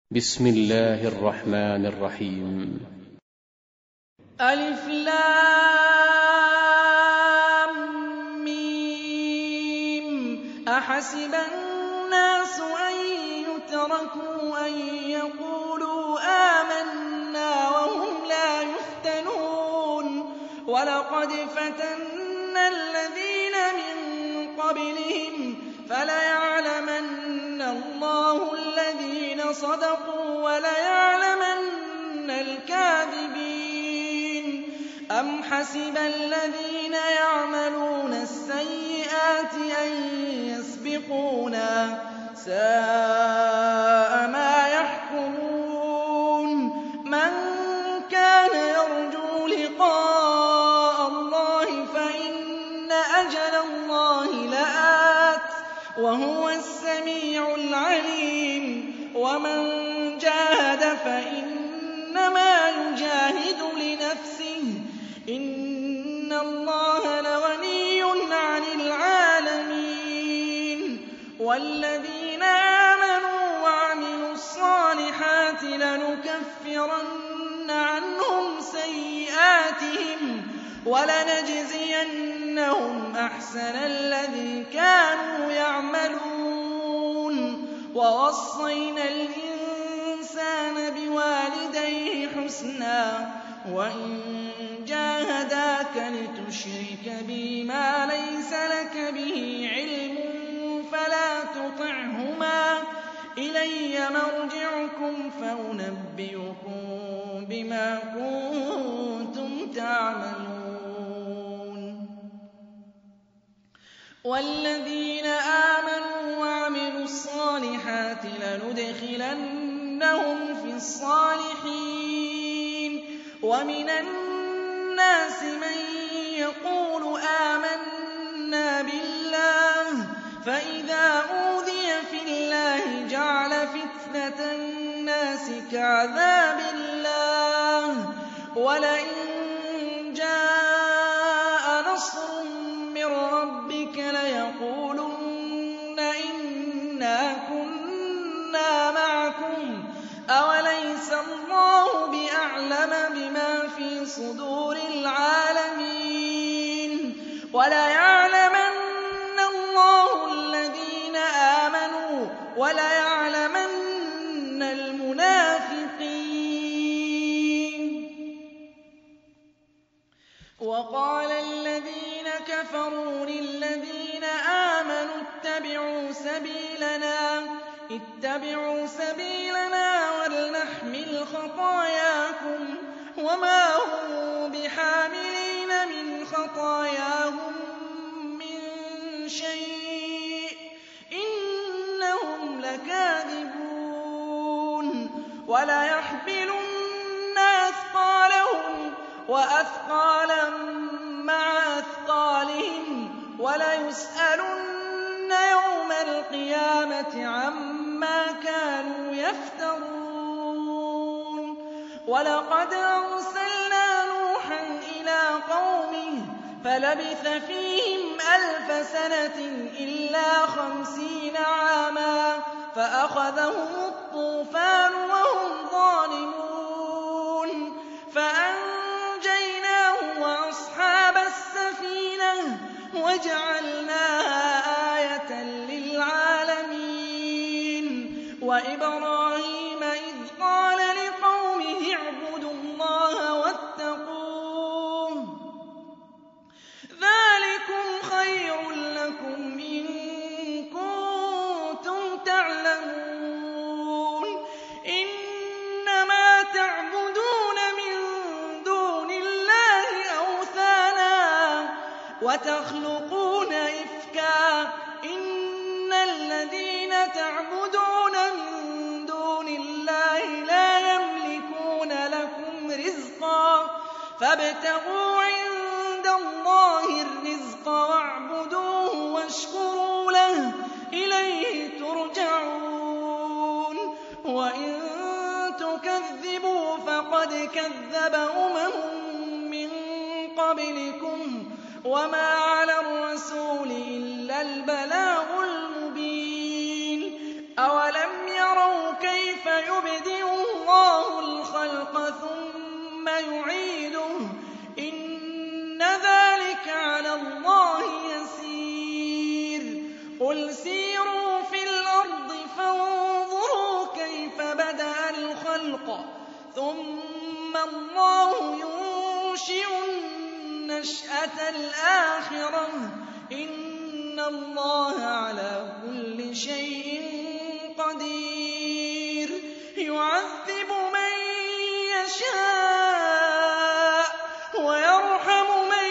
بسم الله الرحمن الرحيم. ألف لام ميم. أحسب الناس أن يتركوا أن يقولوا آمنا وهم لا يفتنون ولقد فتنا الذين من قبلهم فليعلمن الله الذين صدقوا وليعلمن الكاذبين. أم حسب الذين يعملون السيئات أن يسبقونا ساء ما يحكمون. من كان يرجو لقاء الله فإن أجل الله لآت وهو السميع العليم. ومن جاهد فإنما يجاهد لنفسه إن الله لغني عن العالمين. والذين آمنوا وعملوا الصالحات لنكفرن عنهم سيئاتهم ولنجزينهم أحسن الذي كانوا يعملون. ووصينا الإنسان بوالديه حسنا وإن جاهداك لتشرك بي ما ليس لك به علم فلا تطعهما إلي مرجعكم فأنبئكم بما كنتم تعملون. والذين آمنوا وعملوا الصالحات لندخلنهم في الصالحين. ومن الناس من يقول آمنا بالله فإذا أوذي في الله جعل فتنة الناس كعذاب الله ولئن جاء نصر من ربك ليقولن إنا كنا معكم أوليس الله بأعلم بما في صدور العالمين. وليعلمن الله الذين آمنوا وليعلمن المنافقين. وقال الذين كفروا للذين آمنوا اتبعوا سبيلنا ولنحمل خطاياكم وما هم بحاملين من خطاياهم من شيء إنهم لكاذبون. وليحملن أثقالهم وأثقالا مع أثقالهم وليسألن يوم القيامة عما كانوا يفترون. ولقد أرسلنا نوحا إلى قومه فلبث فيهم 1000 سنة إلا 50 عاما فأخذهم الطوفان وهم ظالمون فأنجيناه وأصحاب السفينة وجعلناها آية للعالمين. وإبراهيم إذ قال لقومه اعبدوا الله واتقوه ذلكم خير لكم إن كنتم تعلمون. إنما تعبدون من دون الله أوثانا وتخلقون إفكا إن الذين تعبدون من دون الله لا يملكون لكم رزقا فابتغوا عند الله الرزق واعبدوه واشكروا له إليه ترجعون. وإن تكذبوا فقد كذب من قبلكم وما على الرسول إلا البلاغ المبين. أولم يروا كيف يبدئ خَلْقٍ ثُمَّ اللَّهُ يُنشِئُ النَّشْأَةَ الْآخِرَةَ ۚ إِنَّ اللَّهَ عَلَىٰ كُلِّ شَيْءٍ قَدِيرٌ يُعَذِّبُ مَن يَشَاءُ وَيَرْحَمُ مَن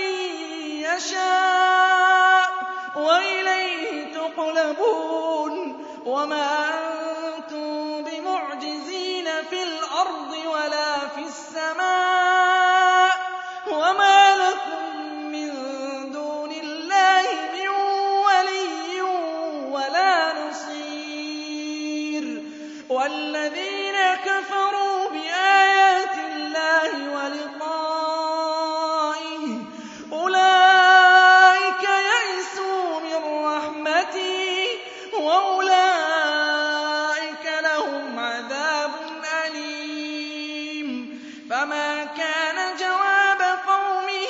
يَشَاءُ وَإِلَيْهِ تُقْلَبُونَ وَمَا أَنتُم بِمُعْجِزِينَ فِي الْأَرْضِ وَلَا فِي السَّمَاءِ وَمَا لَكُم مِّن دُونِ اللَّهِ مِن وَلِيٍّ وَلَا نَصِيرٍ وَالَّذِينَ كَفَرُوا بِآيَاتِ اللَّهِ وَلِقَائِهِ أُولَٰئِكَ يَئِسُوا مِن رَّحْمَتِي وَأُولَٰئِكَ لَهُمْ عَذَابٌ أَلِيمٌ فَمَا كَانَ جَوَابَ قَوْمِهِ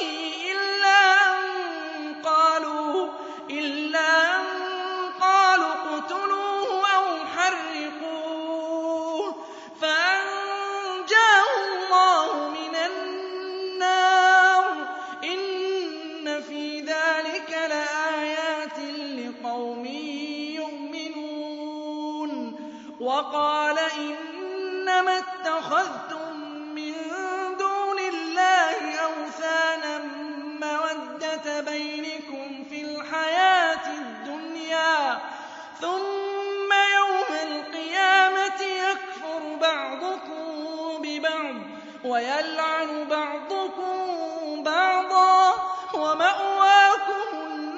إِلَّا أَن قَالُوا اقْتُلُوهُ أَوْ حَرِّقُوهُ فَأَنجَاهُ اللَّهُ مِنَ النَّارِ ۚ إِنَّ فِي ذَٰلِكَ لَآيَاتٍ لِّقَوْمٍ يُؤْمِنُونَ وَقَالَ إِنَّمَا اتَّخَذْتُم مِّن دُونِ اللَّهِ أَوْثَانًا مَّوَدَّةَ بَيْنِكُمْ فِي الْحَيَاةِ الدُّنْيَا ثُمَّ يَوْمَ الْقِيَامَةِ يَكْفُرُ بَعْضُكُم بِبَعْضٍ وَيَلْعَنُ بَعْضُكُم بَعْضًا وَمَأْوَاكُمُ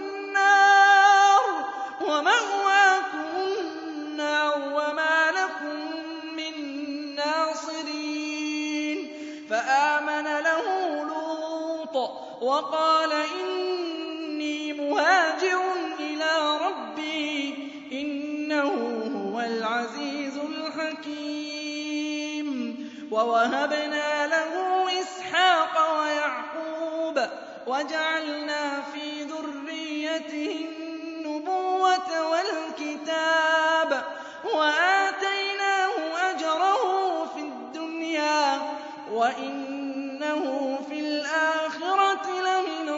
النَّارُ وَمَا لَكُم مِّن نَّاصِرِينَ فَآمَنَ لَهُ لُوطٌ وَقَالَ إِنِّي مُهَاجِرٌ إِلَىٰ رَبِّي إِنَّهُ هُوَ الْعَزِيزُ الْحَكِيمُ وَوَهَبْنَا لَهُ إِسْحَاقَ وَيَعْقُوبَ وَجَعَلْنَا فِي ذُرِّيَّتِهِ النُّبُوَّةَ وَالْكِتَابَ وَآتَيْنَاهُ أَجْرَهُ فِي الدُّنْيَا وَإِنَّهُ فِي الْآخِرَةِ لَمِنَ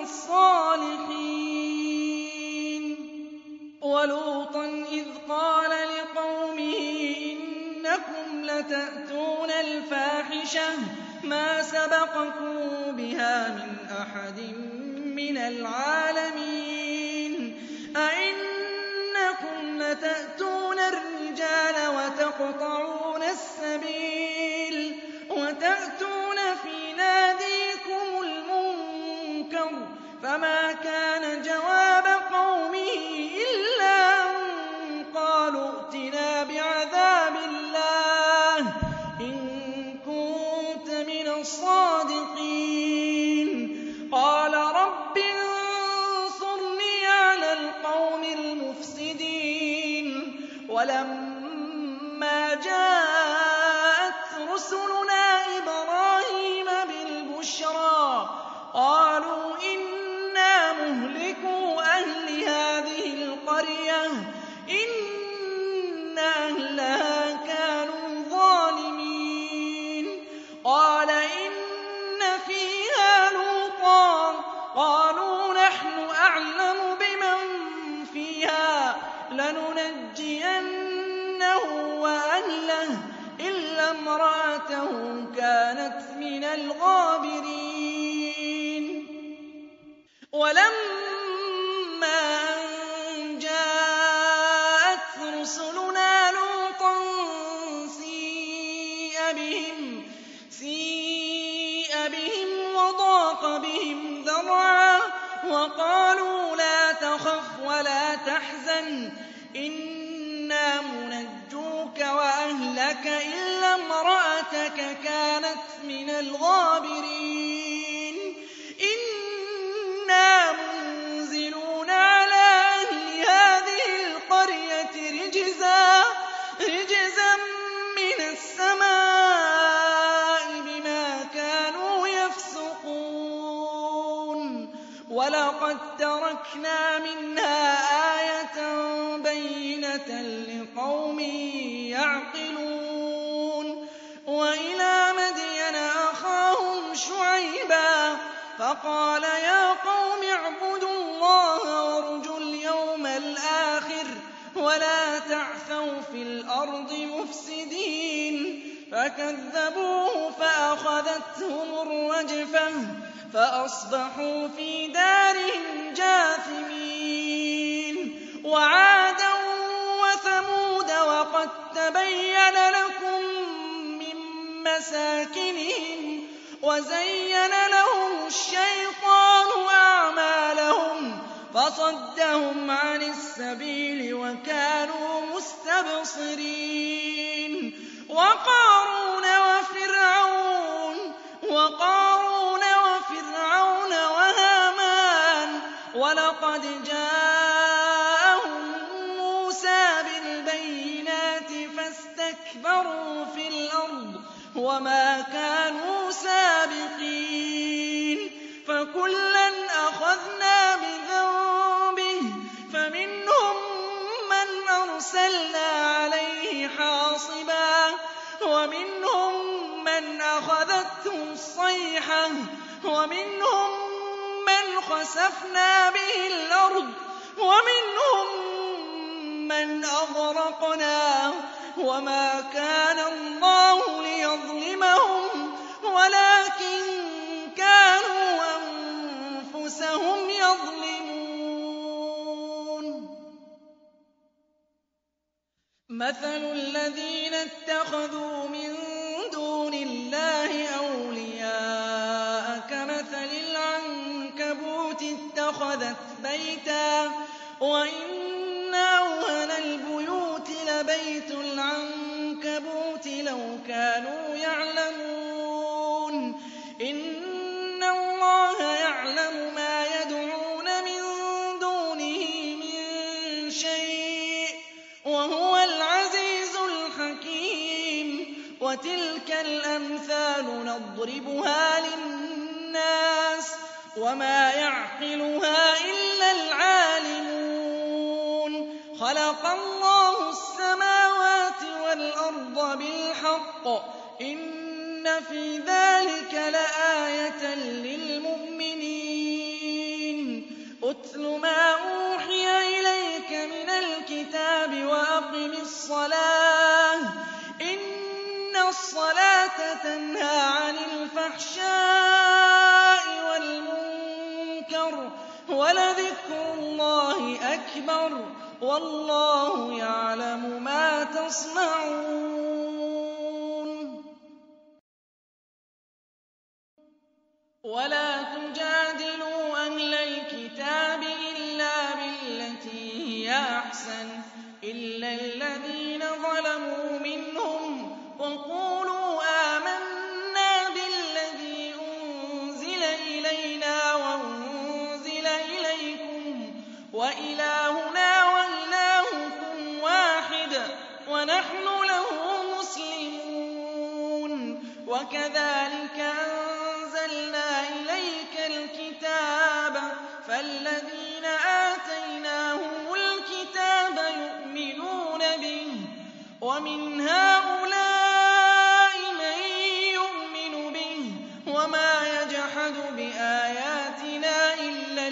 الصَّالِحِينَ وَلُوطًا إِذْ قَالَ لِقَوْمِهِ إِنَّكُمْ لَتَأْتُونَ الْفَاحِشَةَ مَا سَبَقَكُم بِهَا مِنْ أَحَدٍ مِّنَ الْعَالَمِينَ أَئِنَّكُمْ لَتَأْتُونَ الرِّجَالَ وَتَقْطَعُونَ السَّبِيلَ وَتَأْتُونَ فِي نَادِيكُمُ الْمُنكَرَ فَمَا كَانَ جَوَابَ قَوْمِهِ إِلَّا أَن قَالُوا ائْتِنَا بِعَذَابِ اللَّهِ إِن كُنتَ مِنَ الصَّادِقِينَ قَالَ رَبِّ انصُرْنِي عَلَى الْقَوْمِ الْمُفْسِدِينَ وَلَمَّا جَاءَتْ رُسُلُنَا إِبْرَاهِيمَ بِالْبُشْرَىٰ قَالُوا إِنَّا مُهْلِكُو أَهْلِ هَٰذِهِ الْقَرْيَةِ إِنَّ أَهْلَهَا كَانُوا ظَالِمِينَ قَالَ إِنَّ فِيهَا لُوطًا قَالُوا نَحْنُ أَعْلَمُ بِمَن فِيهَا لَنُنَجِّيَنَّهُ وَأَهْلَهُ إِلَّا امْرَأَتَهُ كَانَتْ مِنَ الْغَابِرِينَ وَلَمَّا أَن جَاءَتْ رُسُلُنَا لُوطًا سِيءَ بِهِمْ وَضَاقَ بِهِمْ ذَرْعًا وَقَالُوا لَا تَخَفْ وَلَا تَحْزَنْ إِنَّا مُنَجُّوكَ وَأَهْلَكَ إِلَّا امْرَأَتَكَ كَانَتْ مِنَ الْغَابِرِينَ إِنَّا مُنزِلُونَ عَلَىٰ أَهْلِ هَٰذِهِ الْقَرْيَةِ رِجْزًا مِّنَ السَّمَاءِ بِمَا كَانُوا يَفْسُقُونَ وَلَقَد تَّرَكْنَا مِنْهَا آيَةً بَيِّنَةً لِّقَوْمٍ يَعْقِلُونَ وَإِلَىٰ فقال يا قوم اعبدوا الله وارجوا اليوم الآخر ولا تعثوا في الأرض مفسدين فكذبوه فأخذتهم الرجفة فأصبحوا في دارهم جاثمين وعادا وثمود وقد تبين لكم من مساكنهم وزين لهم الشيطان أعمالهم فصدهم عن السبيل وكانوا مستبصرين وقارون وفرعون وهامان ولقد جاءهم موسى بالبينات فاستكبروا في الأرض وما كانوا سابقين فكلا أخذنا بذنبه فمنهم من أرسلنا عليه حاصبا ومنهم من أخذته الصيحة ومنهم من خسفنا به الأرض ومنهم من أغرقنا وما كان الله ليظلمهم ولكن كانوا أنفسهم يظلمون مثل الذين اتخذوا من دون الله أولياء كمثل العنكبوت اتخذت بيتا وإن أوهن البيوت لبيت العنكبوت لو كانوا يعلمون إن الله يعلم ما يدعون من دونه من شيء وهو العزيز الحكيم وتلك الأمثال نضربها للناس وما يعقلها إلا العالمون خلق الله السماوات والأرض بالحق إن في ذلك لآية للمؤمنين أتل ما أوحي إليك من الكتاب وأقم الصلاة إن الصلاة تنهى عن الفحشاء والمنكر ولذكر الله أكبر والله يعلم ما تصنعون ولا تجادلوا أهل الكتاب إلا بالتي هي أحسن إلا الذين ظلموا منهم وقولوا آمنا بالذي أنزل إلينا وأنزل إليكم وإلهنا وإلهكم واحد ونحن له مسلمون وكذلك أنزلنا إليك الكتاب فالذين آتيناهم الكتاب يؤمنون به ومن هؤلاء من يؤمن به وما يجحد بآياتنا إلا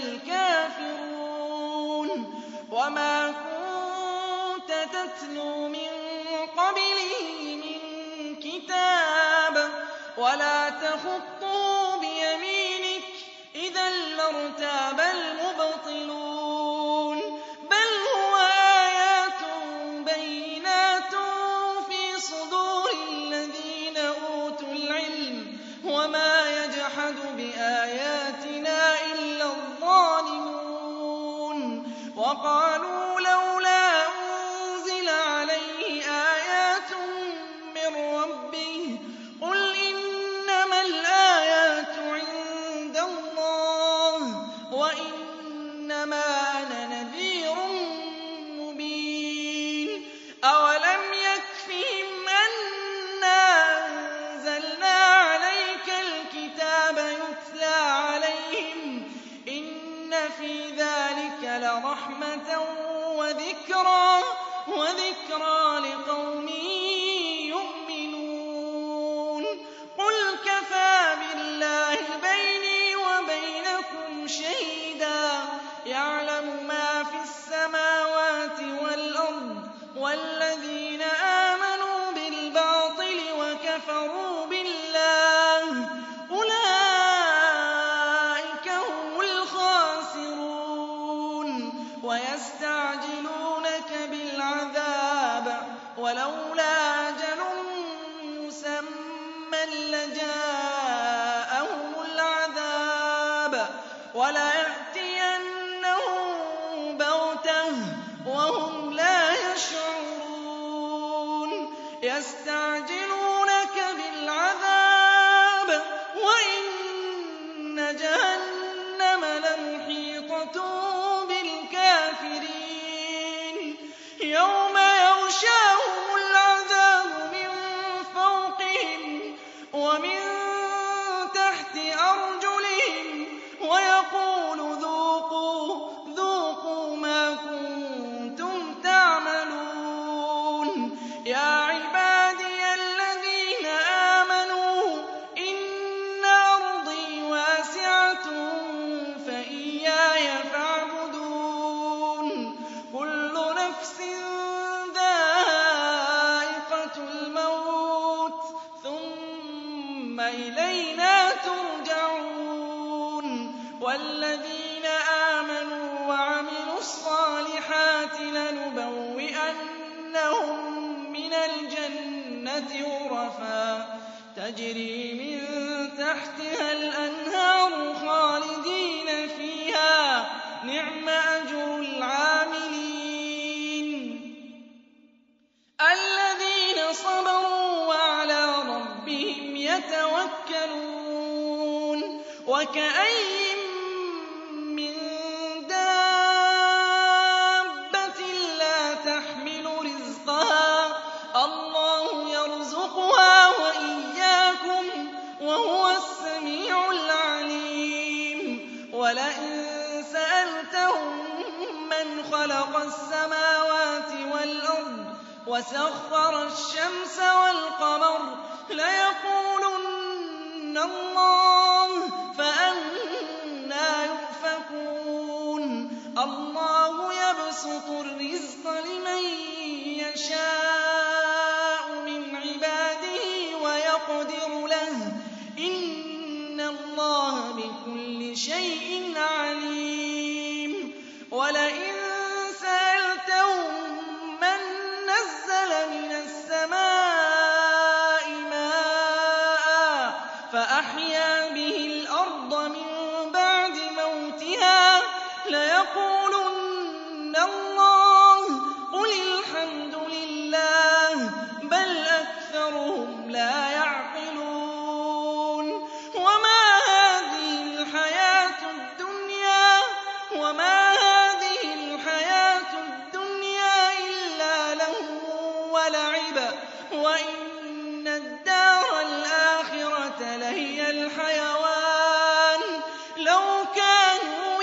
الكافرون وما كنت تتلو من قبله من كتاب ولا تخطه بيمينك إذا لارتاب المبطلون بل هو آيات بينات في صدور الذين أوتوا العلم وما يجحد بآياتنا إلا الظالمون وقالوا لولا أنزل عليه آيات من ربه قل إنما الآيات عند الله وإنما أنا نذير مبين أولم يكفهم أنا أنزلنا عليك الكتاب يتلى عليهم إن في ذلك لرحمة وذكرى لقوم يؤمنون كَفَرُوا بِاللَّهِ أُولَٰئِكَ هُمُ الْخَاسِرُونَ وَيَسْتَعْجِلُونَكَ بِالْعَذَابِ وَلَوْلَا أَجَلٌ مُّسَمًّى لَّجَاءَهُمُ الْعَذَابُ وَلَيَأْتِيَنَّهُم بَغْتَةً وَهُمْ لَا يَشْعُرُونَ يَسْتَعْجِلُونَكَ بِالْعَذَابِ وَإِنَّ جَهَنَّمَ لَمُحِيطَةٌ بِالْكَافِرِينَ يَوْمَ يَغْشَاهُمُ الْعَذَابُ مِن فَوْقِهِمْ وَمِن تَحْتِ أَرْجُلِهِمْ وَيَقُولُ ذُوقُوا مَا كُنتُمْ تَعْمَلُونَ يَا عِبَادِيَ الَّذِينَ آمَنُوا إِنَّ أَرْضِي وَاسِعَةٌ فَإِيَّايَ فَاعْبُدُونِ كُلُّ نَفْسٍ ذَائِقَةُ الْمَوْتِ ثُمَّ إِلَيْنَا تُرْجَعُونَ وَالَّذِينَ آمَنُوا وَعَمِلُوا الصَّالِحَاتِ لَنُبَوِّئَنَّهُم مِّنَ الْجَنَّةِ غُرَفًا تَجْرِي مِن تَحْتِهَا الْأَنْهَارُ خَالِدِينَ فِيهَا ۚ نِعْمَ أَجْرُ الْعَامِلِينَ الَّذِينَ صَبَرُوا وَعَلَىٰ رَبِّهِمْ يَتَوَكَّلُونَ وَكَأَيِّن مِّن دَابَّةٍ لَّا تَحْمِلُ رِزْقَهَا اللَّهُ يَرْزُقُهَا وَإِيَّاكُمْ ۚ وَهُوَ السَّمِيعُ الْعَلِيمُ وَلَئِن سَأَلْتَهُم مَّنْ خَلَقَ السَّمَاوَاتِ وَالْأَرْضَ وَسَخَّرَ الشَّمْسَ وَالْقَمَرَ لَيَقُولُنَّ اللَّهُ فَأَنَّىٰ يُؤْفَكُونَ اللَّهُ يَبْسُطُ الرِّزْقَ لِمَن يَشَاءُ مِنْ عِبَادِهِ وَيَقْدِرُ لَهُ ۚ إِنَّ اللَّهَ بِكُلِّ شَيْءٍ عَلِيمٌ وَلَئِن سَأَلْتَهُم مَّن نَّزَّلَ مِنَ السَّمَاءِ مَاءً فَأَحْيَا بِهِ الْأَرْضَ مِن بَعْدِ مَوْتِهَا لَيَقُولُنَّ اللَّهُ قُلِ الْحَمْدُ لِلَّهِ بَلْ أَكْثَرُهُمْ لَا يَعْقِلُونَ وَمَا هَٰذِهِ الْحَيَاةُ إِلَّا لَهْوٌ وَلَعِبٌ وَإِنَّ الدَّارَ الْآخِرَةَ لَهِيَ الْحَيَوَانُ لَوْ كَانُوا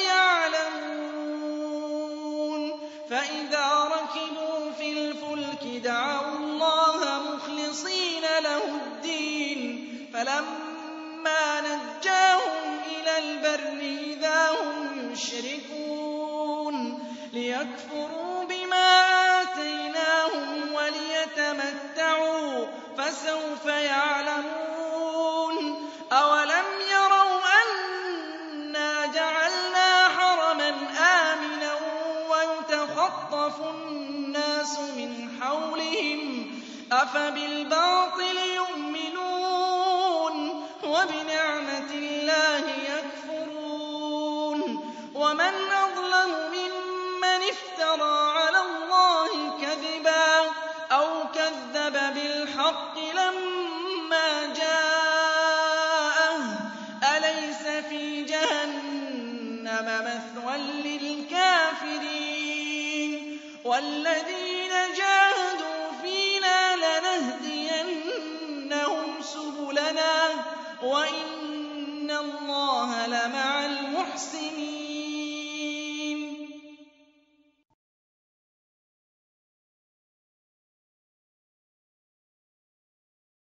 يَعْلَمُونَ فَإِذَا رَكِبُوا فِي الْفُلْكِ دَعَوُا اللَّهَ مُخْلِصِينَ لَهُ الدِّينَ فَلَمَّا نَجَّاهُمْ إِلَى الْبَرِّ إِذَا هُمْ يُشْرِكُونَ لِيَكْفُرُوا بِمَا آتَيْنَاهُمْ وَلِيَتَمَتَّعُوا فَسَوْفَ يَعْلَمُونَ أَوَلَمْ يَرَوْا أَنَّا جَعَلْنَا حَرَمًا آمِنًا وَيُتَخَطَّفُ النَّاسُ مِنْ حَوْلِهِمْ أَفَبِالْبَاطِلِ يُؤْمِنُونَ وَبِنِعْمَةِ اللَّهِ يَكْفُرُونَ وَمَنْ أَظْلَمُ مِمَّنِ افْتَرَىٰ عَلَى اللَّهِ كَذِبًا أَوْ كَذَّبَ بِالْحَقِّ لَمَّا جَاءَهُ ۚ أَلَيْسَ فِي جَهَنَّمَ مَثْوًى لِّلْكَافِرِينَ وَالَّذِينَ جَاهَدُوا فِينَا لَنَهْدِيَنَّهُمْ سُبُلَنَا ۚ وَإِنَّ اللَّهَ لَمَعَ الْمُحْسِنِينَ